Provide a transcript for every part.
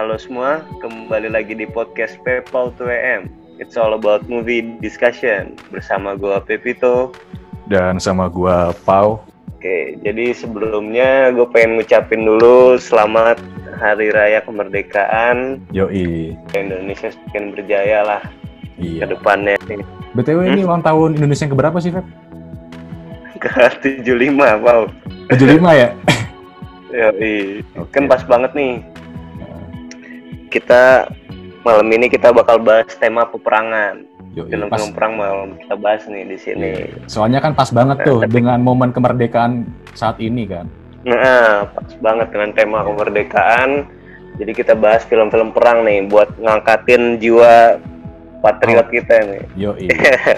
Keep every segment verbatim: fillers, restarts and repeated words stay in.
Halo semua, kembali lagi di podcast Pepal two A M. It's all about movie discussion bersama gua Pepito dan sama gua Pau. Oke, jadi sebelumnya gue pengen ngucapin dulu selamat Hari Raya Kemerdekaan. Yoi. Indonesia semakin berjaya lah. Iya. Ke depannya. B T W hmm? ini ulang tahun Indonesia yang keberapa sih, Feb? Ke tujuh puluh lima, Pau. tujuh puluh lima ya? Yoi. Okay. Kan pas banget nih. Kita malam ini kita bakal bahas tema peperangan. Film-film perang mau kita bahas nih di sini. Soalnya kan pas banget tuh nah, dengan momen kemerdekaan saat ini kan. Nah, pas banget dengan tema kemerdekaan. Jadi kita bahas film-film perang nih buat ngangkatin jiwa patriot oh. kita nih. Yoi.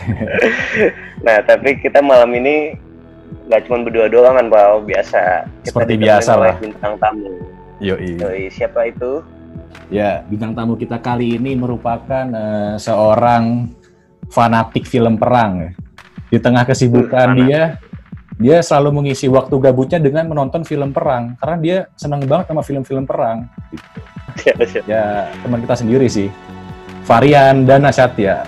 Nah, tapi kita malam ini nggak cuma berdua doang kan, Pak, biasa. Kita seperti biasa lah. Bintang tamu. Yoi. Yoi. Siapa itu? Ya, bintang tamu kita kali ini merupakan uh, seorang fanatik film perang. Di tengah kesibukan hmm, dia, dia selalu mengisi waktu gabutnya dengan menonton film perang karena dia senang banget sama film-film perang. Gitu. Siap, siap. Ya, teman kita sendiri sih. Varian Dana Satya.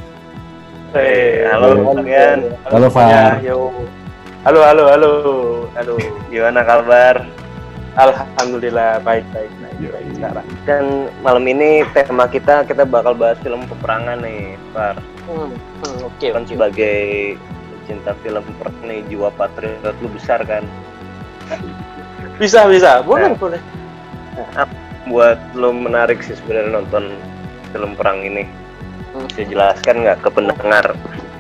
Hey, halo Varian. Halo Var. Ya, halo, halo, halo. Halo, gimana kabar? Alhamdulillah baik baik baik, baik sekarang. Dan malam ini tema kita kita bakal bahas film peperangan nih, Par. Hmm, hmm, oke. Okay, kan okay. Sebagai cinta film perang nih, jiwa patriot lu besar kan? Bisa bisa, boleh nah, boleh. Nah, buat lu menarik sih sebenarnya nonton film perang ini. Hmm. Bisa jelaskan nggak ke pendengar?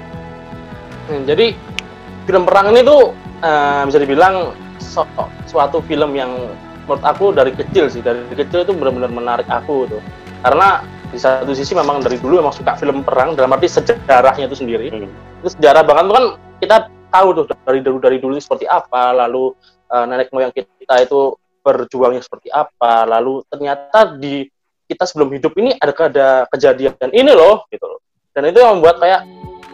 Hmm, jadi film perang ini tuh uh, bisa dibilang So, suatu film yang menurut aku dari kecil sih, dari kecil itu benar-benar menarik aku tuh. Karena di satu sisi memang dari dulu memang suka film perang, dalam arti sejarahnya itu sendiri. Hmm. Itu sejarah banget tuh kan kita tahu tuh dari dulu dari dulu seperti apa, lalu uh, nenek moyang kita itu berjuangnya seperti apa, lalu ternyata di kita sebelum hidup ini ada ada kejadian ini loh gitu loh. Dan itu yang membuat kayak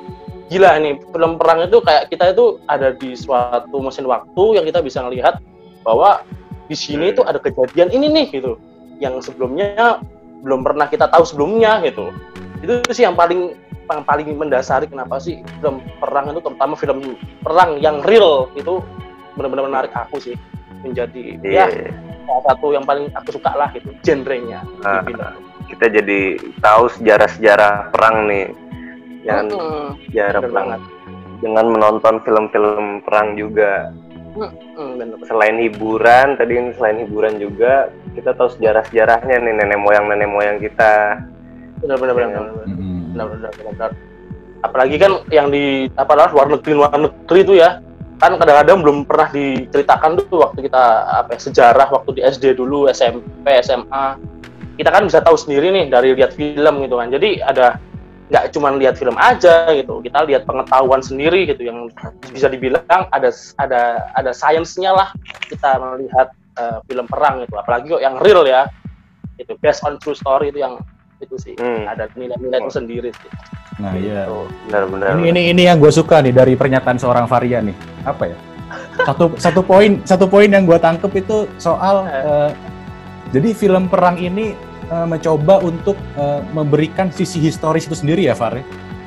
gila nih, film perang itu kayak kita itu ada di suatu mesin waktu yang kita bisa ngelihat bahwa di sini itu ada kejadian ini nih gitu, yang sebelumnya belum pernah kita tahu sebelumnya gitu. Itu sih yang paling yang paling mendasari kenapa sih film perang itu, terutama film perang yang real itu benar-benar menarik aku sih, menjadi yeah. ya salah satu yang paling aku suka lah gitu, genrenya. Nah, kita jadi tahu sejarah-sejarah perang nih. Yang hmm, sejarah perang dengan menonton film-film perang juga. Hmm, hmm, selain hiburan, tadi selain hiburan juga kita tahu sejarah-sejarahnya nih, nenek moyang nenek moyang kita. Benar-benar benar. Benar-benar benar. Apalagi kan yang di apa lah luar negeri luar negeri itu ya, kan kadang-kadang belum pernah diceritakan tuh waktu kita apa sejarah waktu di S D dulu, S M P, S M A. Kita kan bisa tahu sendiri nih dari lihat film gitu kan. Jadi ada nggak cuma lihat film aja gitu, kita lihat pengetahuan sendiri gitu yang bisa dibilang ada ada ada sainsnya lah kita melihat uh, film perang itu, apalagi kok yang real ya, itu based on true story itu yang itu sih hmm. ada nilai-nilai itu sendiri sih. Nah iya, benar-benar. Ini, ini ini yang gue suka nih dari pernyataan seorang Varian nih, apa ya? Satu satu poin satu poin yang gue tangkep itu soal uh, jadi film perang ini Uh, mencoba untuk uh, memberikan sisi historis itu sendiri ya, Far?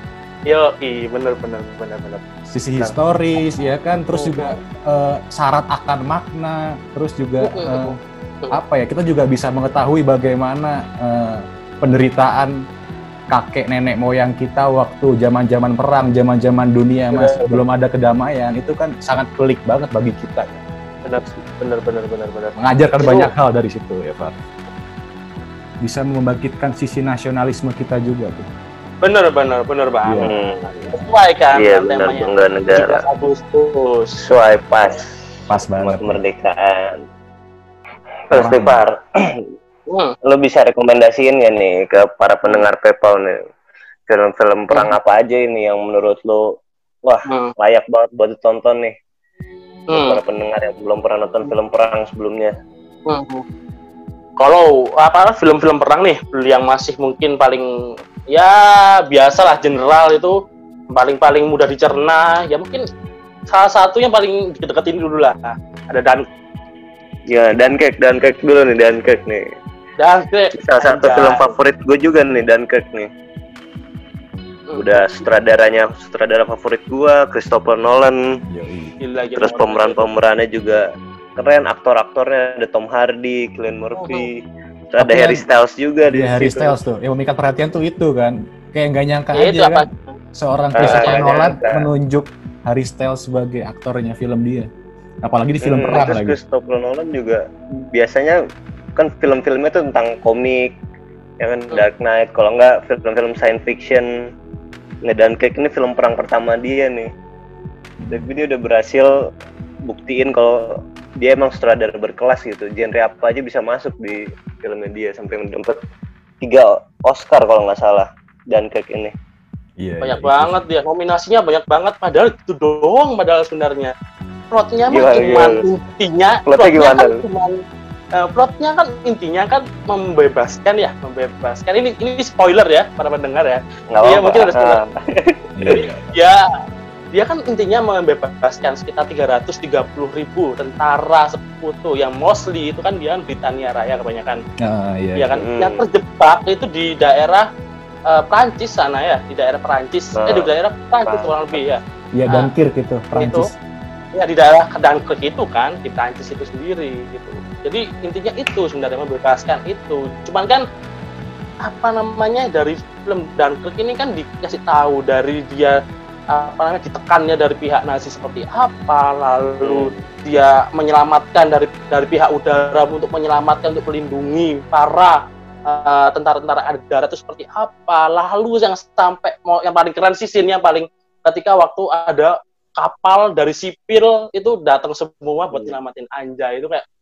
Yo, iya benar benar benar benar. Sisi benar. Historis ya kan, terus oh. juga uh, syarat akan makna, terus juga uh, apa ya? Kita juga bisa mengetahui bagaimana uh, penderitaan kakek nenek moyang kita waktu zaman-zaman perang, zaman-zaman dunia masih belum ada kedamaian. Itu kan sangat pelik banget bagi kita. Benar benar benar benar benar. Mengajarkan itu banyak hal dari situ ya, Far. Bisa membangkitkan sisi nasionalisme kita juga tuh. Bener bener bener banget. Hmm. Sesuai kan iya, bener, temanya. Bangga negara. Agustus. Sesuai pas. Pas banget. Kemerdekaan. Terus nih Par, hmm. lo bisa rekomendasiin ya nih ke para pendengar Pepal nih film-film perang hmm. apa aja ini yang menurut lo wah hmm. layak banget buat ditonton nih. Hmm. Para pendengar yang belum pernah nonton film perang sebelumnya. Hmm. Kalau apa film-film perang nih yang masih mungkin paling ya biasalah general itu paling-paling mudah dicerna ya, mungkin salah satu yang paling deketin dulu lah ada Dan ya Dunkirk Dunkirk dulu nih Dunkirk nih Dunkirk salah satu anjay. film favorit gue juga nih, Dunkirk nih. Udah sutradaranya sutradara favorit gue, Christopher Nolan. Gila, gila, Terus pemeran-pemerannya juga keren, aktor-aktornya ada Tom Hardy, Cillian Murphy, oh. Terus ada Harry Styles juga di Harry Styles tuh. Yang memikat perhatian tuh itu kan, kayak nggak nyangka ya, aja kan, seorang Christopher uh, Nolan nyangka. menunjuk Harry Styles sebagai aktornya film dia, apalagi di film hmm, perang terus lagi. Christopher Nolan juga biasanya kan film-filmnya tuh tentang komik, ya kan, hmm. Dark Knight, kalau nggak film-film science fiction. Nah, Dunkirk ini film perang pertama dia nih. Tapi dia udah berhasil buktiin kalau dia emang sutradara berkelas gitu. Genre apa aja bisa masuk di filmnya dia, sampai mendapat tiga Oscar kalau nggak salah Dunkirk ini. Iya, banyak iya, banget dia, nominasinya banyak banget. Padahal itu doang padahal sebenarnya. Plotnya mah cuma intinya. Plotnya gimana? Kan cuman, uh, plotnya kan intinya kan membebaskan ya, membebaskan. Ini ini spoiler ya para pendengar ya. Iya mungkin ada spoiler. Ya, dia kan intinya membebaskan sekitar tiga ratus tiga puluh ribu tentara sekutu yang mostly itu kan dia Britania Raya kebanyakan. Ah, iya, ya kan, iya. Yang terjebak itu di daerah uh, Prancis sana ya, di daerah Prancis. Oh. Eh di daerah Prancis kurang lebih ya. Iya, Dunkirk itu, Prancis. Itu, ya di daerah Dunkirk itu kan, di Prancis itu sendiri gitu. Jadi intinya itu sebenarnya membebaskan itu. Cuman kan apa namanya dari film Dunkirk ini kan dikasih tahu dari dia apa namanya ditekannya dari pihak Nazi seperti apa, lalu dia menyelamatkan dari dari pihak udara untuk menyelamatkan untuk melindungi para uh, tentara-tentara darat itu seperti apa, lalu yang sampai mau yang paling keren sih scene yang paling ketika waktu ada kapal dari sipil itu datang semua buat nyelamatin Anjay, itu kayak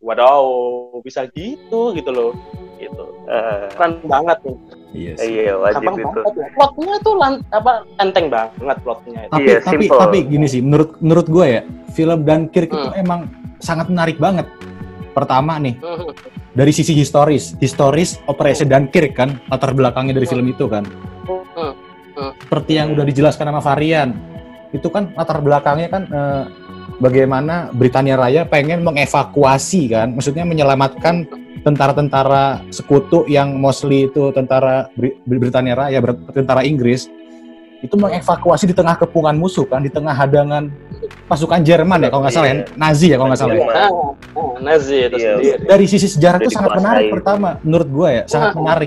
waduh bisa gitu gitu loh gitu uh, keren banget nih. Yes. Iya wajib gampang itu. Banget, ya. Plotnya tuh lan, apa enteng banget plotnya. Itu. Tapi iya, tapi simple. tapi gini sih, menurut menurut gue ya, film Dunkirk hmm. itu emang sangat menarik banget. Pertama nih, hmm. dari sisi historis, historis Operasi hmm. Dunkirk kan, latar belakangnya dari hmm. film itu kan. Hmm. Hmm. Seperti yang udah dijelaskan sama Varian, itu kan latar belakangnya kan eh, bagaimana Britania Raya pengen mengevakuasi kan, maksudnya menyelamatkan tentara-tentara sekutu yang mostly itu tentara Britania Raya, tentara Inggris, itu mengevakuasi di tengah kepungan musuh kan, di tengah hadangan pasukan Jerman ya kalau nggak salah ya, Nazi ya kalau nggak salah ya. Oh, oh, Nazi itu iya. sendiri. Dari sisi sejarah itu sangat menarik pertama, menurut gue ya, sangat menarik.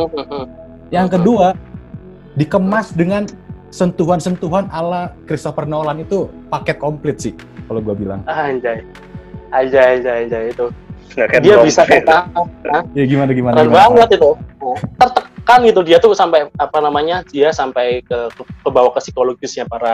Yang kedua, dikemas dengan sentuhan-sentuhan ala Christopher Nolan, itu paket komplit sih kalau gue bilang. Anjay, anjay, anjay, anjay itu. Snaket dia bisa kata, ya gimana gimana. Keren banget itu, tertekan gitu dia tuh sampai apa namanya dia sampai ke ke, ke bawah ke psikologisnya para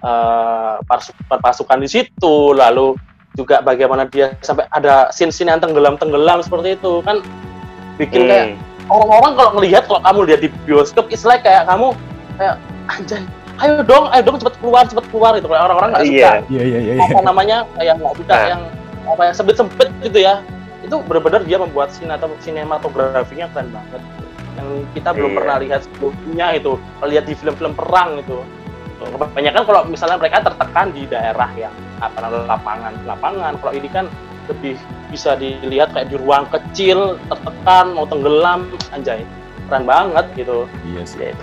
uh, pasukan di situ, lalu juga bagaimana dia sampai ada scene-scene yang tenggelam-tenggelam seperti itu kan bikin hmm. kayak orang-orang kalau ngelihat, kalau kamu lihat di bioskop istilah kayak kamu kayak anjay, ayo dong, ayo dong cepet keluar, cepet keluar gitu. Orang-orang nggak suka, yeah. Yeah, yeah, yeah, apa namanya, kayak nggak suka nah. yang apa yang sempit-sempit gitu ya. Itu benar-benar dia membuat sinematografinya keren banget. Yang kita belum yeah. pernah lihat sebelumnya itu, lihat di film-film perang itu. Kebanyakan kalau misalnya mereka tertekan di daerah yang apa namanya lapangan, lapangan. Kalau ini kan lebih bisa dilihat kayak di ruang kecil, tertekan, mau tenggelam, anjay, keren banget gitu. Iya sih. Ya, itu.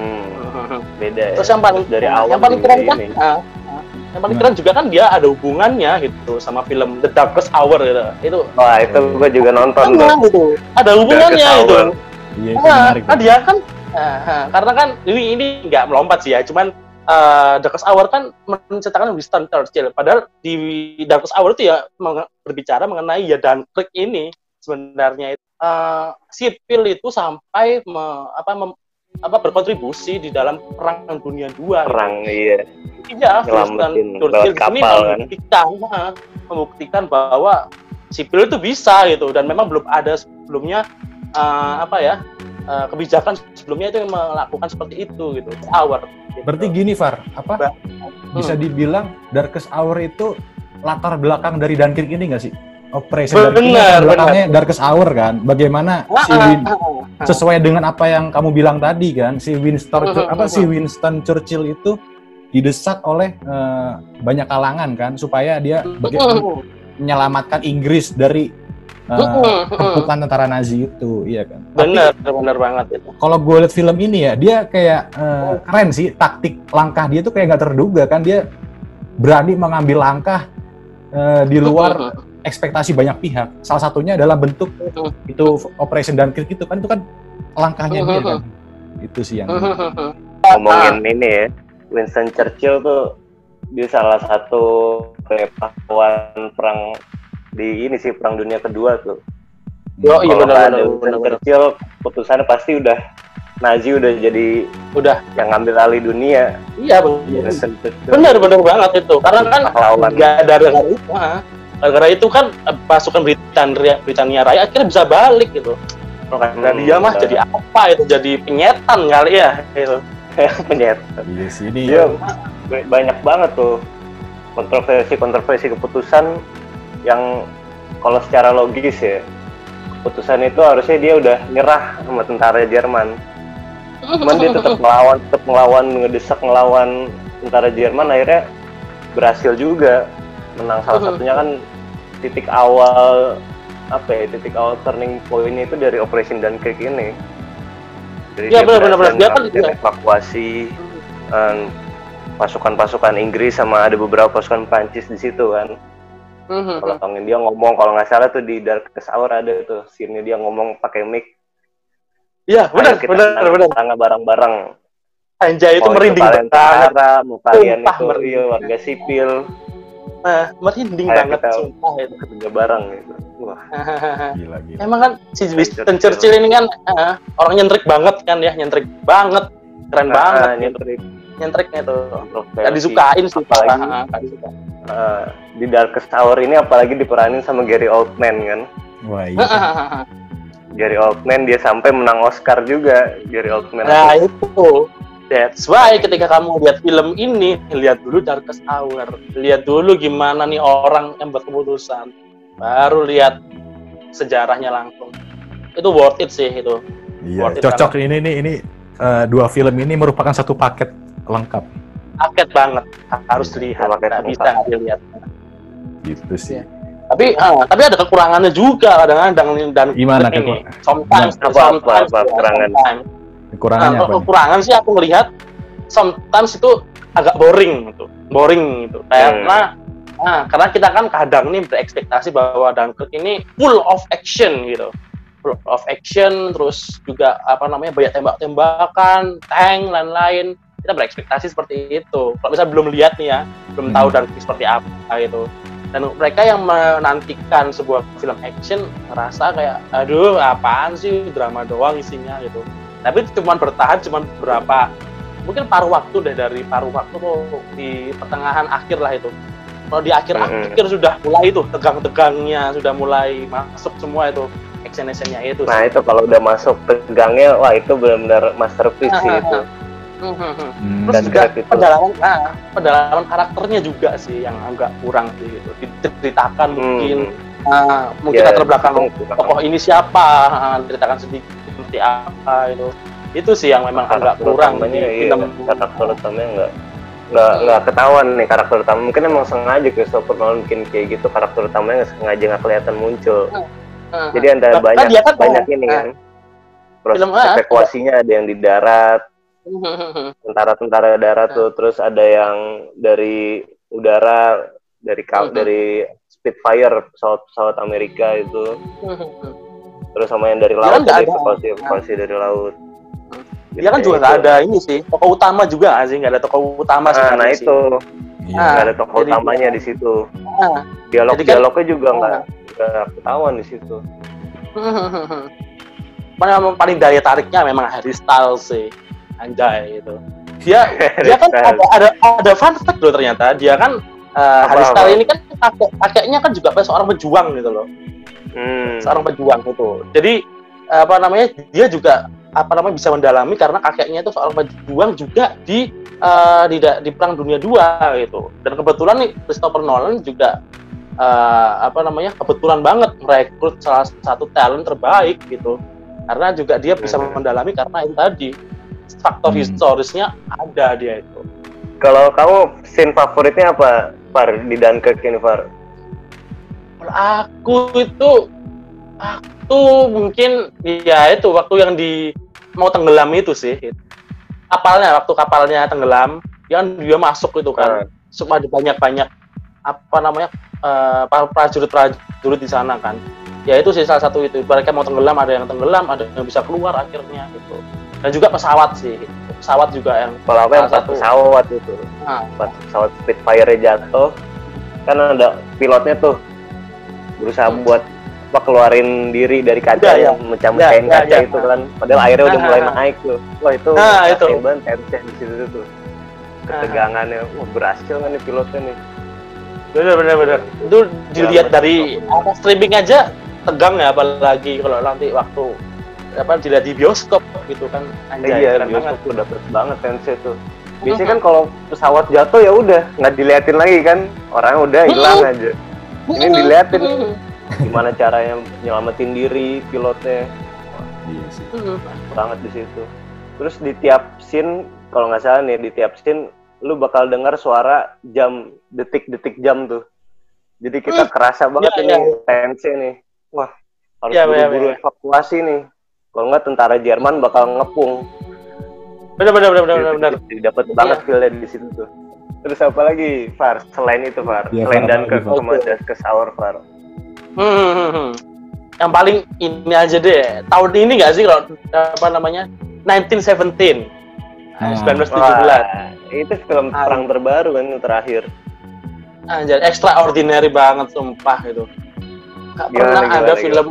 Hmm. Beda. Terus ya. yang paling dari awal yang paling keren kan, nah, yang paling keren juga kan dia ada hubungannya gitu sama film The Darkest Hour gitu. Itu. Wah itu gue juga nonton tuh. Gitu. Ada hubungannya itu. Iya, itu nah, menarik. Nah, dia kan, nah, karena kan ini ini nggak melompat sih ya, cuman uh, Darkest Hour kan menceritakan Winston Churchill. Padahal di Darkest Hour itu ya meng- berbicara mengenai ya Dunkirk ini sebenarnya uh, sipil itu sampai me, apa mem, apa berkontribusi di dalam perang dunia dua. Perang gitu. Iya. Iya, Winston Churchill ini membuktikan, kan? membuktikan bahwa sipil itu bisa gitu, dan memang belum ada sebelumnya uh, apa ya uh, kebijakan sebelumnya itu yang melakukan seperti itu gitu. Hour. Gitu. Berarti gini Far, apa ba- bisa dibilang Darkest Hour itu latar belakang dari Dunkirk ini nggak sih? Operasi benar, belakangnya Darkest Hour kan, bagaimana ah, si Win ah, ah, sesuai dengan apa yang kamu bilang tadi kan, si Winston uh, apa uh, si Winston Churchill itu didesak oleh uh, banyak kalangan kan supaya dia bagaimana uh, menyelamatkan Inggris dari uh, tumpukan tentara Nazi itu, iya kan? Bener, Tapi, bener banget itu. Kalau gue liat film ini ya, dia kayak uh, keren sih, taktik langkah dia tuh kayak nggak terduga kan, dia berani mengambil langkah uh, di luar ekspektasi banyak pihak. Salah satunya adalah bentuk itu Operation Dunkirk itu kan, itu kan langkahnya dia kan. Itu sih yang ngomongin ini ya, Winston Churchill tuh dia salah satu pahlawan perang di ini sih, perang dunia kedua tuh. Yo, iya benar benar benar. Churchill putusannya pasti udah Nazi udah jadi udah yang ngambil alih dunia. Iya benar. Benar benar banget itu. Karena kan nggak ada gara itu. Gara-gara itu kan pasukan Britania Britania Raya akhirnya bisa balik gitu. Karena hmm, dia mah jadi apa itu? Jadi penyetan kali ya itu. Penyetan. Di sini. Dia banyak banget tuh kontroversi-kontroversi keputusan yang kalau secara logis ya, keputusan itu harusnya dia udah nyerah sama tentara Jerman. Cuman dia tetap melawan, tetap melawan, ngedesak ngelawan tentara Jerman, akhirnya berhasil juga menang. Salah satunya kan titik awal apa ya, titik awal turning point-nya itu dari Operation Dunkirk ini. Jadi ya, dia benar-benar dia kan evakuasi um, pasukan-pasukan Inggris sama ada beberapa pasukan Prancis di situ kan. Mm-hmm. Kalau tongin dia ngomong, kalau nggak salah tuh di Darkest Hour ada tuh scene dia ngomong pakai mic. Iya benar benar benar. Tangga barang-barang. Anjay itu merinding banget. Tentara, mau kalian itu iya, warga sipil. Nah, merinding banget sumpah itu. Kerja barang gitu. Wah. Gila gila. Emang kan si Winston Churchill ini kan uh, orang nyentrik banget kan ya, nyentrik banget. Keren nah, banget nyentrik. Nyentriknya tuh. Enggak disukain sih apalagi. Uh, di Darkest Hour ini apalagi diperanin sama Gary Oldman kan. Wah iya. Gary Oldman dia sampai menang Oscar juga. Gary Oldman. Nah itu. That's why ketika kamu lihat film ini, lihat dulu Darkest Hour. Lihat dulu gimana nih orang yang buat keputusan. Baru lihat sejarahnya langsung. Itu worth it sih itu. Iya. Cocok banget. ini nih ini uh, dua film ini merupakan satu paket lengkap. Paket banget, harus dilihat, nggak bisa dilihat. Gitu sih. Ya. Tapi, uh, tapi ada kekurangannya juga kadang-kadang dan gimana ini. Sometimes, nah, sometimes, apa, apa, kekurangan. sometimes. Kekurangannya nah, apa? Kekurangan sih aku melihat sometimes itu agak boring gitu, boring gitu. Karena, hmm. nah, karena kita kan kadang nih berekspektasi bahwa Dunkirk ini full of action gitu. Full of action, terus juga apa namanya banyak tembak-tembakan, tank, lain-lain. Kita berekspektasi seperti itu. Kalau misalnya belum lihat nih ya, belum tahu Dunkirk seperti apa gitu. Dan mereka yang menantikan sebuah film action merasa kayak, aduh apaan sih, drama doang isinya gitu. Tapi cuma bertahan cuma berapa, mungkin paruh waktu deh, dari paruh waktu tuh di pertengahan akhir lah itu. Kalau di akhir-akhir mm-hmm. sudah mulai itu tegang-tegangnya, sudah mulai masuk semua itu action-actionnya itu. Nah sih. Itu kalau udah masuk tegangnya, wah itu benar-benar masterpiece sih itu. Hmm. Terus juga pendalaman, nah, pendalaman karakternya juga sih yang agak kurang sih gitu. Diceritakan hmm. mungkin, uh, mungkin yeah, latar belakang tokoh ini siapa, uh, ceritakan sedikit seperti apa itu. Itu sih yang memang karakter agak kurang di iya, film. Karakter utamanya nggak nggak hmm. nggak ketahuan nih karakter utama. Mungkin emang sengaja Christopher Nolan bikin kayak gitu, karakter utamanya nggak sengaja nggak kelihatan muncul. Hmm. Hmm. Jadi ada nah, banyak kan banyak kan, ini kan. Proses film, evakuasinya ada yang di darat. Tentara-tentara darat tuh, terus ada yang dari udara, dari uh-huh. dari Spitfire, pesawat-pesawat Amerika itu, terus sama yang dari laut, dari evakuasi dari laut. Dia kan juga nggak ada ini sih, tokoh utama juga sih, nggak ada tokoh utama sih. Nah, nah itu, nggak ada tokoh utamanya di situ. Dialog-dialognya juga nggak nggak ketahuan di situ. Mana paling daya tariknya memang Harry Styles sih. Anjay itu. Dia dia kan ada ada ada fun fact loh ternyata. Dia kan uh, Harry Styles ini kan kakek, kakeknya kan juga seorang pejuang gitu loh. Hmm. Seorang pejuang itu. Jadi apa namanya? Dia juga apa namanya bisa mendalami karena kakeknya itu seorang pejuang juga di uh, di di Perang Dunia Dua gitu. Dan kebetulan nih Christopher Nolan juga uh, apa namanya? kebetulan banget merekrut salah satu talent terbaik gitu. Karena juga dia bisa hmm. mendalami karena itu tadi faktor hmm. historisnya ada dia itu. Kalau kamu scene favoritnya apa, Far, di Dunkirk ini, Far? Kalau aku itu waktu mungkin ya itu waktu yang di mau tenggelam itu sih. Kapalnya waktu kapalnya tenggelam, dia dia masuk itu kan. Hmm. Supaya banyak-banyak apa namanya uh, prajurit-prajurit di sana kan. Ya itu sih salah satu itu. Mereka mau tenggelam, ada yang tenggelam, ada yang bisa keluar akhirnya gitu. Dan juga pesawat sih. Pesawat juga yang kalau apa yang satu pesawat itu. Nah. Pesawat Spitfire jatuh. Kan ada pilotnya tuh berusaha hmm. buat apa keluarin diri dari kaca ya, yang mecah-mecahin ya, kaca ya, itu ya. Kan. Padahal airnya udah mulai naik tuh. Wah itu nah, itu banget tension di situ tuh. Ketegangannya, wah berhasil kan nih pilotnya nih. Bener bener bener. Itu dilihat dari apa streaming aja tegang ya, apalagi kalau nanti waktu apa dilihat di bioskop gitu kan. Anjay, iya, bioskop tuh dapet banget tension tuh. Biasanya kan kalau pesawat jatuh ya udah nggak diliatin lagi kan, orangnya udah hilang aja. Ini diliatin gimana caranya nyelamatin diri pilotnya. Wah, iya sih. Banget di situ. Terus di tiap scene kalau nggak salah nih, di tiap scene lu bakal dengar suara jam, detik-detik jam tuh. Jadi kita kerasa banget ya, ini ya. Tensi nih. Wah, harus ya, buru-buru ya, ya. evakuasi nih. Kalau nggak tentara Jerman bakal ngepung. Benar-benar benar-benar benar. Dapat banget ya. Feel-nya di situ tuh. Terus apa lagi, Far? Selain itu, Far. Ya, Selain dan ke Komandas ke Sour, Far. Hmm, hmm, hmm. Yang paling ini aja deh. Tahun ini nggak sih kalau apa namanya? nineteen seventeen. Hmm. sembilan belas tujuh belas. Wah, itu film ah. perang terbaru kan terakhir. Anjir, extraordinary banget sumpah itu. Gak gimana, pernah gimana, ada gimana. film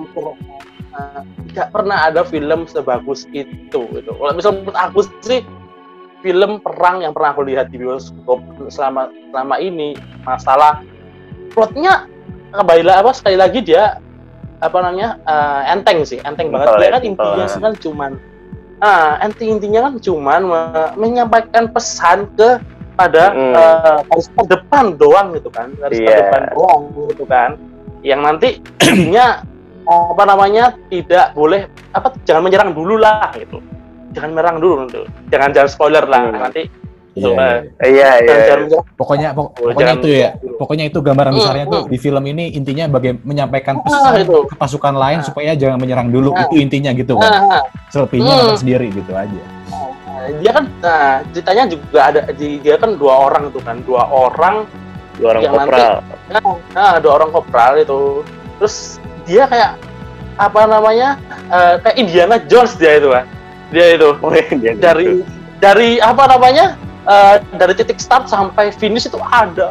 uh, gak pernah ada film sebagus itu gitu. Kalau misal menurut aku sih film perang yang pernah aku lihat di bioskop selama selama ini, masalah plotnya kembali apa sekali lagi dia apa namanya uh, enteng sih, enteng banget. Dia kan intinya sih kan cuman ah, inti-intinya kan cuman me- menyampaikan pesan ke pada hmm. uh, garis terdepan doang gitu kan, garis yeah. terdepan doang gitu kan, yang nanti intinya apa namanya tidak boleh apa jangan menyerang dulu lah gitu, jangan menyerang dulu tuh, jangan jangan spoiler lah hmm. nanti. Iya iya iya. Pokoknya pok- pokoknya itu ya, pokoknya itu gambaran besarnya tuh di film ini intinya bagaimana menyampaikan pesan ah, itu. ke pasukan lain ah. supaya jangan menyerang dulu, ah. itu intinya gitu kan. Ah. Selebihnya hmm. akan sendiri gitu aja. Dia kan nah, ceritanya juga ada dia kan dua orang itu kan, dua orang dua orang yang kopral. Nanti, nah, dua orang kopral itu. Terus dia kayak apa namanya? Uh, kayak Indiana Jones dia itu kan. Dia itu oh, Indiana dari Jones. dari apa namanya? Uh, dari titik start sampai finish itu ada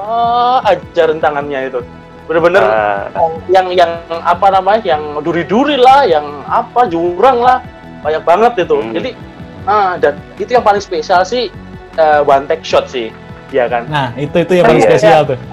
aja rentangannya itu, bener-bener uh. yang yang apa namanya, yang duri-duri lah, yang apa jurang lah, banyak banget itu. Hmm. Jadi, uh, dan itu yang paling spesial sih uh, one take shot sih, ya kan? Nah itu itu yang paling spesial tuh.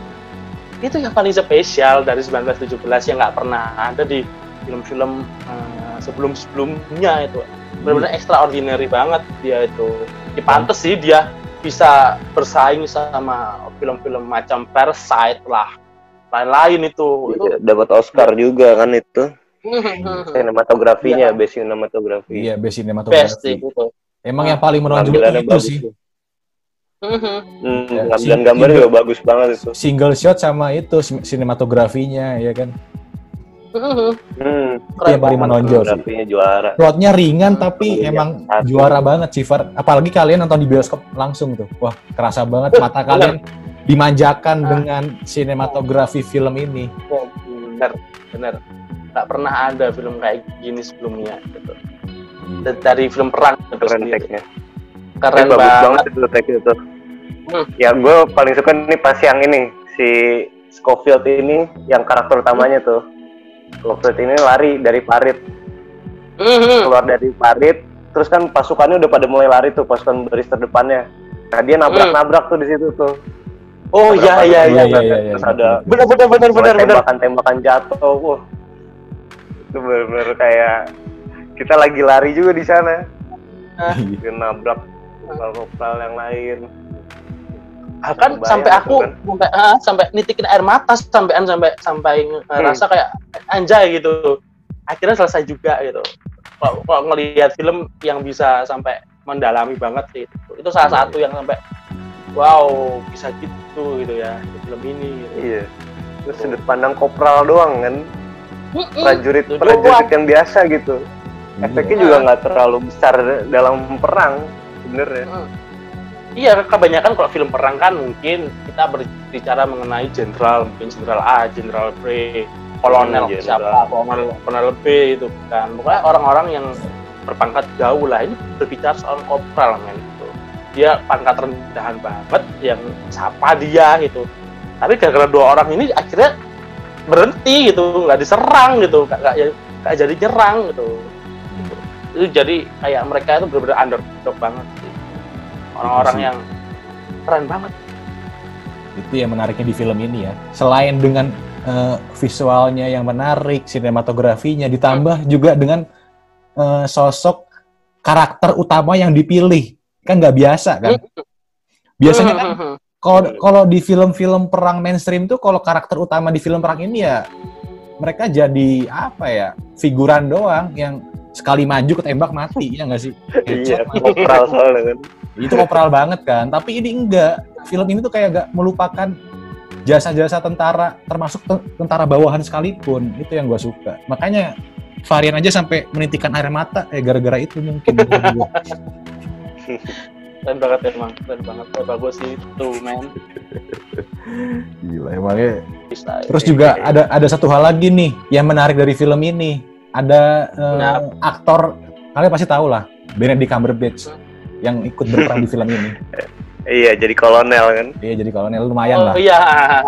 Itu yang paling spesial dari sembilan belas tujuh belas yang nggak pernah ada di film-film uh, sebelum-sebelumnya itu. Benar-benar extraordinary banget dia itu. Ya, pantes sih dia bisa bersaing sama film-film macam Parasite lah, lain-lain itu. Itu dapat Oscar ya. Juga kan itu. Sinematografinya, ya. Best sinematografi. Iya, best sinematografi. Emang nah, yang paling menonjol itu sih. Hmm, ya, pengambilan gambar juga bagus banget itu. Single shot sama itu sinematografinya, ya kan. Hmm, itu yang paling menonjol sih. Juara. Plotnya ringan tapi hmm, emang ya, juara banget sih, Far. Apalagi kalian nonton di bioskop langsung tuh. Wah, kerasa banget mata kalian dimanjakan ah. dengan sinematografi film ini. Benar, benar. Tak pernah ada film kayak gini sebelumnya gitu. Hmm. Dari film perang keren teksnya. Keren bagus banget, banget itu teks itu. Hmm. Ya gue paling suka nih pas yang ini si Scofield ini yang karakter utamanya tuh. Scofield ini lari dari parit, mm-hmm. keluar dari parit, terus kan pasukannya udah pada mulai lari tuh, pasukan baris terdepannya. Nah dia nabrak-nabrak tuh di situ tuh. Oh iya iya iya iya. Terus ada benar-benar benar-benar tembakan-tembakan jatuh. Wah, itu benar-benar kayak kita lagi lari juga di sana. Dia nabrak kopral-kopral yang lain. Bahkan sampai aku kan? sampai uh, sampai nitikin air mata sampean sampai sampai uh, hmm. rasa kayak anjay gitu. Akhirnya selesai juga gitu. Kalau kalau ngelihat film yang bisa sampai mendalami banget sih itu. Itu salah hmm. satu yang sampai wow, bisa gitu gitu ya film ini gitu. Iya. Terus sudut pandang kopral doang kan. prajurit prajurit yang biasa gitu. Efeknya juga nggak terlalu besar dalam perang sebenarnya. Hmm. Iya, kebanyakan kalau film perang kan mungkin kita berbicara mengenai jenderal, mungkin jenderal A, jenderal B, kolonel hmm, siapa, kolonel, kolonel B itu kan. Pokoknya orang-orang yang berpangkat jauh lah. Ini berbicara soal kopral men gitu. Dia pangkat rendahan banget yang siapa dia gitu. Tapi gara-gara dua orang ini akhirnya berhenti gitu, nggak diserang gitu, nggak nggak jadi nyerang gitu. Itu jadi kayak mereka itu benar-benar underdog banget sih. Orang-orang yang keren banget. Itu yang menariknya di film ini ya. Selain dengan uh, visualnya yang menarik, sinematografinya, ditambah juga dengan uh, sosok karakter utama yang dipilih. Kan nggak biasa kan? Biasanya kan kalau kalau di film-film perang mainstream tuh kalau karakter utama di film perang ini ya mereka jadi apa ya? Figuran doang yang sekali maju ketembak mati, ya nggak sih? Iya, kopral soalnya kan. Itu kopral banget kan, tapi ini enggak. Film ini tuh kayak gak melupakan jasa-jasa tentara, termasuk tentara bawahan sekalipun. Itu yang gue suka. Makanya Varian aja sampai menitikan air mata, eh gara-gara itu mungkin. Keren banget emang, keren banget. Bagus itu, men. Gila, emangnya. Terus juga ada ada satu hal lagi nih yang menarik dari film ini. Ada uh, nah. aktor, kalian pasti tahu lah, Benedict Cumberbatch yang ikut berperan di film ini. Iya, jadi kolonel kan? Iya, jadi kolonel lumayan oh, lah. Oh iya,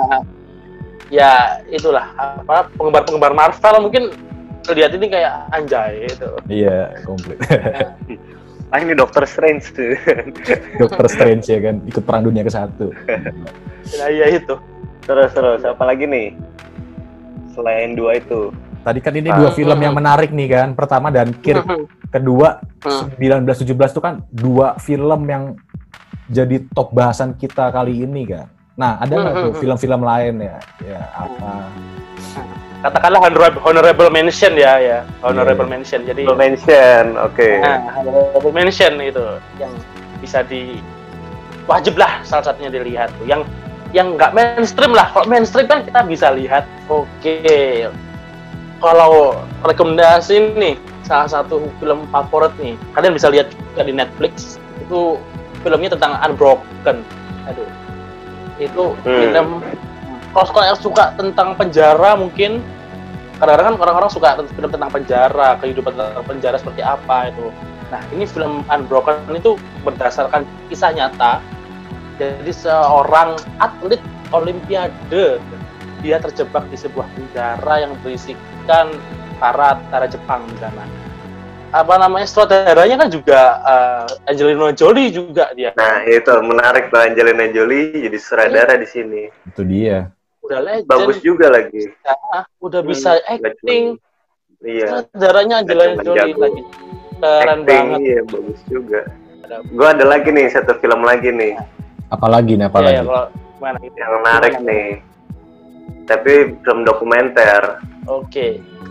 ya itulah apa penggemar-penggemar Marvel mungkin lihat ini kayak anjay itu. Iya, komplit. Ah ini Doctor Strange tuh. Doctor Strange ya kan, ikut perang dunia ke satu. Nah iya itu. Terus terus, apa lagi nih? Selain dua itu. Tadi kan ini dua film yang menarik nih kan. Pertama Dunkirk, kedua seribu sembilan ratus tujuh belas itu kan dua film yang jadi top bahasan kita kali ini kan. Nah, ada nggak tuh film-film lain ya? Ya apa? Katakanlah honorable, honorable mention ya, ya honorable yeah. mention. Jadi honorable mention, oke. Okay. Nah, honorable mention itu yang bisa di wajib lah salah satunya dilihat tuh. Yang yang nggak mainstream lah. Kalau mainstream kan kita bisa lihat. Oke. Okay. Kalau rekomendasi nih, salah satu film favorit nih, kalian bisa lihat juga di Netflix. Itu filmnya tentang Unbroken. Aduh, itu hmm. film. Kalau kalian suka tentang penjara mungkin, kadang-kadang kan orang-orang suka film tentang penjara, kehidupan tentang penjara seperti apa itu. Nah, ini film Unbroken itu berdasarkan kisah nyata. Jadi seorang atlet Olimpiade, dia terjebak di sebuah penjara yang berisikan para tentara Jepang di sana. Apa namanya, sutradaranya kan juga uh, Angelina Jolie juga dia. Nah itu menarik tuh, Angelina Jolie jadi sutradara di sini. Itu dia. Udah legend. Bagus juga lagi. Ya, udah bisa hmm, acting. Iya. Sutradaranya Angelina Jolie lagi. Keren acting, banget. Iya bagus juga. Gue ada lagi nih satu film lagi nih. Apalagi nih apalagi? Ya, ya, kalau, mana, yang menarik mana, nih. Tapi film dokumenter. Oke. Okay.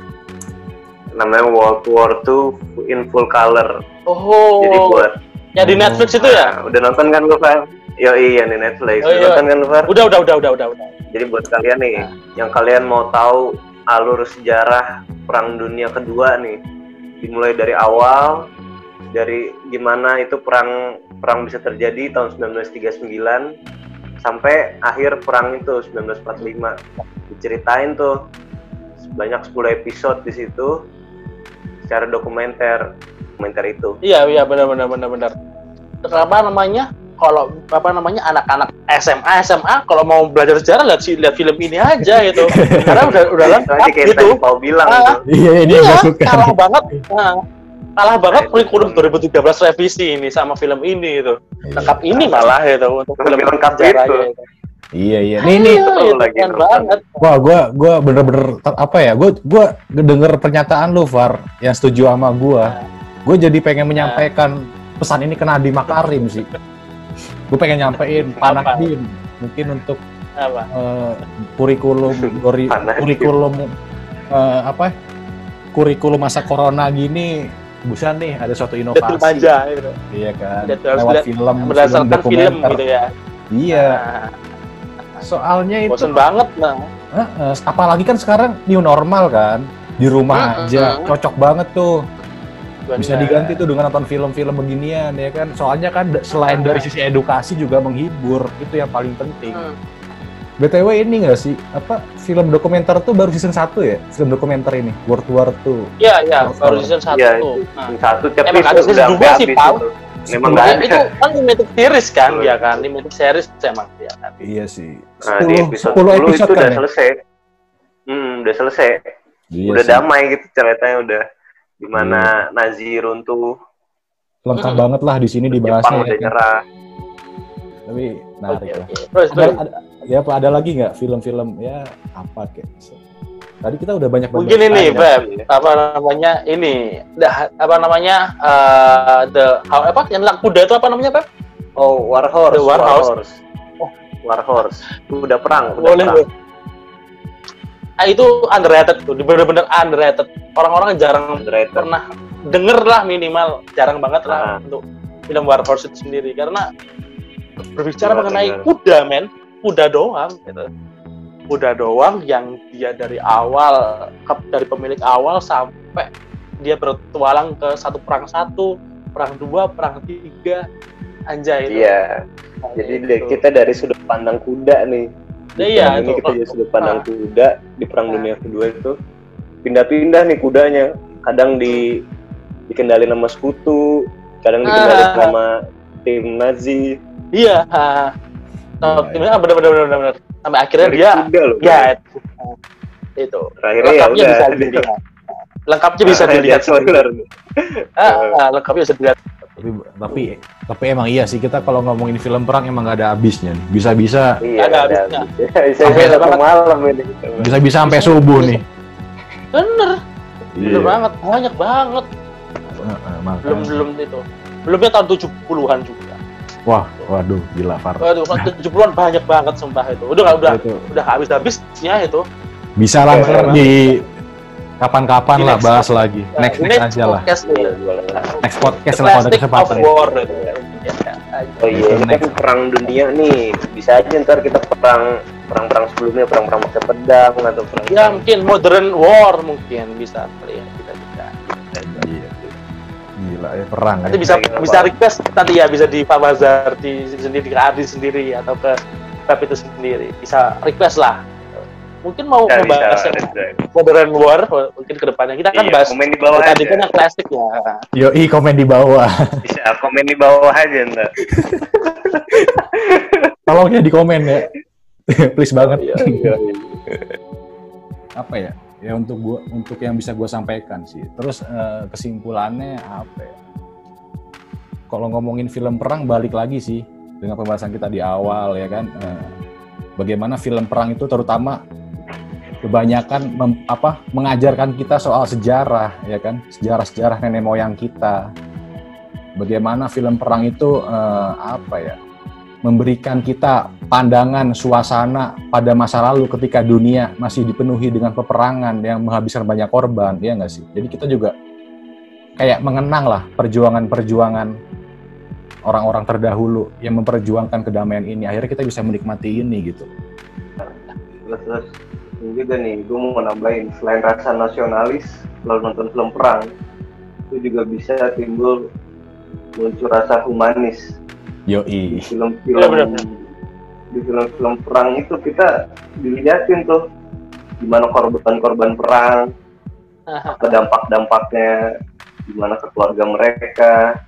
Namanya World War Two in Full Color. Oh. Jadi buat. Ya di Netflix oh. itu ya? Nah, udah nonton kan lu, Far? Yo iya di Netflix. Oh, udah iya. nonton kan lu, Far? Udah udah udah udah udah udah. Jadi buat kalian nih, nah. yang kalian mau tahu alur sejarah Perang Dunia Kedua nih, dimulai dari awal, dari gimana itu perang perang bisa terjadi tahun sembilan belas tiga puluh sembilan. Sampai akhir perang itu sembilan belas empat puluh lima diceritain tuh sebanyak sepuluh episode di situ secara dokumenter dokumenter itu. Iya iya benar benar benar benar. Apa namanya? Kalau apa namanya anak-anak S M A S M A kalau mau belajar sejarah lihat lihat film ini aja gitu. Karena udah udah lengkap gitu. Mau bilang ah, gitu. Iya ini iya, suka. Kalah banget. Nah, kalah banget kurikulum dua ribu tiga belas revisi ini sama film ini itu. Lengkap ini malah itu untuk film lengkap itu. Iya iya. Nih nih lagi banget. Wah, gua gua bener-bener apa ya? Gua gua denger pernyataan lu, Far, yang setuju sama gua. Gua jadi pengen menyampaikan pesan ini ke Nadiem Makarim sih. Gue pengen nyampein Panahdin mungkin untuk apa? Uh, kurikulum gori, kurikulum uh, apa? Kurikulum masa corona gini bisa nih ada suatu inovasi. Aja, gitu. Iya kan. Jatuh lewat film, berdasarkan film, film gitu ya. Iya. Nah, soalnya itu bosan banget nah. Uh, uh, apalagi kan sekarang new normal kan. di rumah Hmm, aja, hmm. cocok banget tuh. Bisa Benar. diganti tuh dengan nonton film-film beginian ya kan. Soalnya kan d- selain dari sisi edukasi juga menghibur, itu yang paling penting. Hmm. B T W ini nggak sih, apa film dokumenter tuh baru season satu ya? Film dokumenter ini, World War Two. Iya, iya, World baru War. season satu Iya, tuh. itu Nah. season satu tapi Emang ada season udah dua sampai sih, habis Pau. itu. Memang Nah, nggak ada. itu kan limited series kan, Betul. ya kan, limited series emang ya kan. Iya sih. Nah, di sepuluh, episode sepuluh sepuluh episode itu kan udah ya? selesai. Hmm, udah selesai. Iya udah sih. damai gitu ceritanya, udah gimana Nazi runtuh, Lengkap Hmm. banget lah di sini Jepang dibahasnya udah ya kan. nyerah. Tapi menarik lah. Terus, Ada, terus. ada, ya apa ada lagi nggak film-film ya apa kayak? Tadi kita udah banyak Mungkin ini, Ada Beb, sih. apa namanya ini, dah, apa namanya, uh, the how, apa yang tentang kuda itu apa namanya, Beb? Oh, War Horse. The War Horse. Oh, War Horse. Udah perang, udah Boleh, perang. boleh. Ah, itu underrated tuh, bener-bener underrated. Orang-orang jarang Underrated. pernah denger lah, minimal jarang banget lah Ah. untuk film War Horse itu sendiri, karena berbicara Benar, mengenai benar. kuda, men, kuda doang gitu. Kuda doang yang dia dari awal ke- dari pemilik awal sampai dia bertualang ke satu perang satu, perang dua, perang tiga, anjay itu. Iya. Jadi Gitu. dari- kita dari sudut pandang kuda nih. Ya, iya, Film ini itu. kita dari sudut pandang Ah. kuda di Perang Ah. Dunia Kedua itu pindah-pindah nih kudanya. Kadang di dikendalin sama sekutu, kadang dikendalin Ah. sama tim Nazi. Iya. Nah, Iya, benar-benar benar-benar sampai akhirnya Dari dia kuda loh. ya itu. itu. Terakhirnya ya Lengkapnya udah. bisa dilihat. Lengkapnya bisa Ah, dilihat. dia spoiler. Ah, ah, lengkapnya bisa dilihat. Tapi, tapi tapi emang iya sih, kita kalau ngomongin film perang emang nggak ada habisnya nih. Bisa-bisa Iya, Ada ada. habisnya. Bisa Sampai satu banget. malam ini. bisa-bisa sampai subuh nih. Bener, bener Iya. banget, banyak banget. Heeh, makanya. Belum belum itu. Belumnya tahun tujuh puluhan juga. Wah, waduh, gila Far. Waduh, tahun tujuh puluhan banyak banget sumpah itu. Udah nggak udah Itu. udah habis-habisnya itu. Bisa lah Iya, ntar iya. di kapan-kapan Di lah next- bahas lagi. Nah, Next ini next aja lah. podcast nih. Next podcast The lah kalau ada Plastic kesempatan. of War itu. Oh iya, ini kan perang dunia nih. Bisa aja ntar kita perang perang-perang sebelumnya, perang-perang pakai pedang atau perang. Ya mungkin modern war mungkin bisa kali ya kita bisa. Iya. Gila ya perang ya. Nanti bisa Kira-kira bisa apa? request nanti ya bisa di Pak Bazar di sendiri ke Adi sendiri atau ke Pep itu sendiri bisa request lah. Mungkin mau Bisa, ngebahas bisa. yang modern war mungkin ke depannya kita kan Iya, bahas komen di bawah tadi aja. kan yang klasik ya. Yoi, komen di bawah. Bisa komen di bawah aja ntar. Tolong ya di komen ya. Please banget. Iya, iya. Apa ya? Ya untuk gua untuk yang bisa gua sampaikan sih. Terus eh, kesimpulannya apa ya? Kalau ngomongin film perang balik lagi sih dengan pembahasan kita di awal ya kan. Eh, bagaimana film perang itu terutama kebanyakan mem, apa mengajarkan kita soal sejarah ya kan, sejarah-sejarah nenek moyang kita. Bagaimana film perang itu eh, apa ya? Memberikan kita pandangan suasana pada masa lalu ketika dunia masih dipenuhi dengan peperangan yang menghabiskan banyak korban, ya nggak sih? Jadi kita juga kayak mengenang lah perjuangan-perjuangan orang-orang terdahulu yang memperjuangkan kedamaian ini. Akhirnya kita bisa menikmati ini gitu. Terus terus ini juga nih, gue mau nambahin selain rasa nasionalis, lalu nonton film perang, itu juga bisa timbul muncul rasa humanis. Yoi. Di film-film Iya, benar. di film-film perang itu kita dilihatin tuh gimana korban-korban perang, apa dampak-dampaknya, gimana ke keluarga mereka.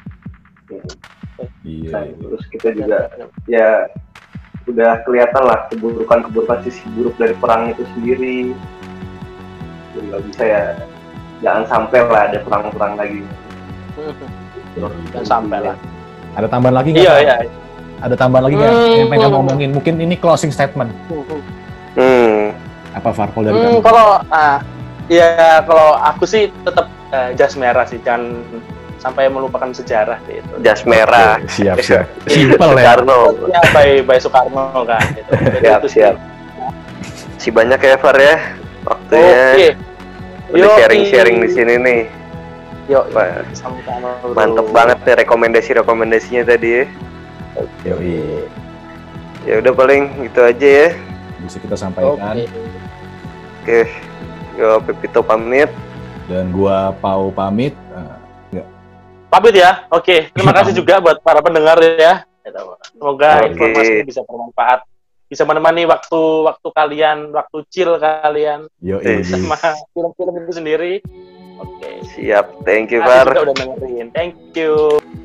Iya. Nah, terus kita juga ya udah kelihatan lah keburukan-keburukan sisi buruk dari perang itu sendiri. Jadi nggak bisa ya, jangan sampai lah ada perang-perang lagi. Jangan sampai lah. Ada tambahan lagi nggak? Iya, Pak? iya. Ada tambahan lagi nggak Hmm, yang pengen hmm. ngomongin? Mungkin ini closing statement. Hmm. Apa Farpol dari Hmm, kamu? kalau ah ya kalau aku sih tetap eh, jas merah sih, jangan sampai melupakan sejarah gitu. Jas merah. Oke, siap, siap. Simple ya. Soekarno. Ya, by by Soekarno kan gitu. Jadi Siap, itu sih. siap. Si banyak ya Far ya waktunya. Oke. Udah Yoi. sharing-sharing di sini nih. Yuk, Wah, sama-sama. bro. Mantep banget nih rekomendasi-rekomendasinya tadi ya. Yoi. Ya udah paling gitu aja ya. Bisa kita sampaikan. Oke. Oke. Yo, Pepito pamit. Dan gua Pau pamit. Uh, Pamit ya. Oke, terima kasih juga buat para pendengar ya. Semoga Oke. informasi ini bisa bermanfaat. Bisa menemani waktu waktu kalian, waktu chill kalian. Yo, sama film-film itu sendiri. Oke. Siap. Thank you, Terima kasih Far. juga udah dengerin. Thank you.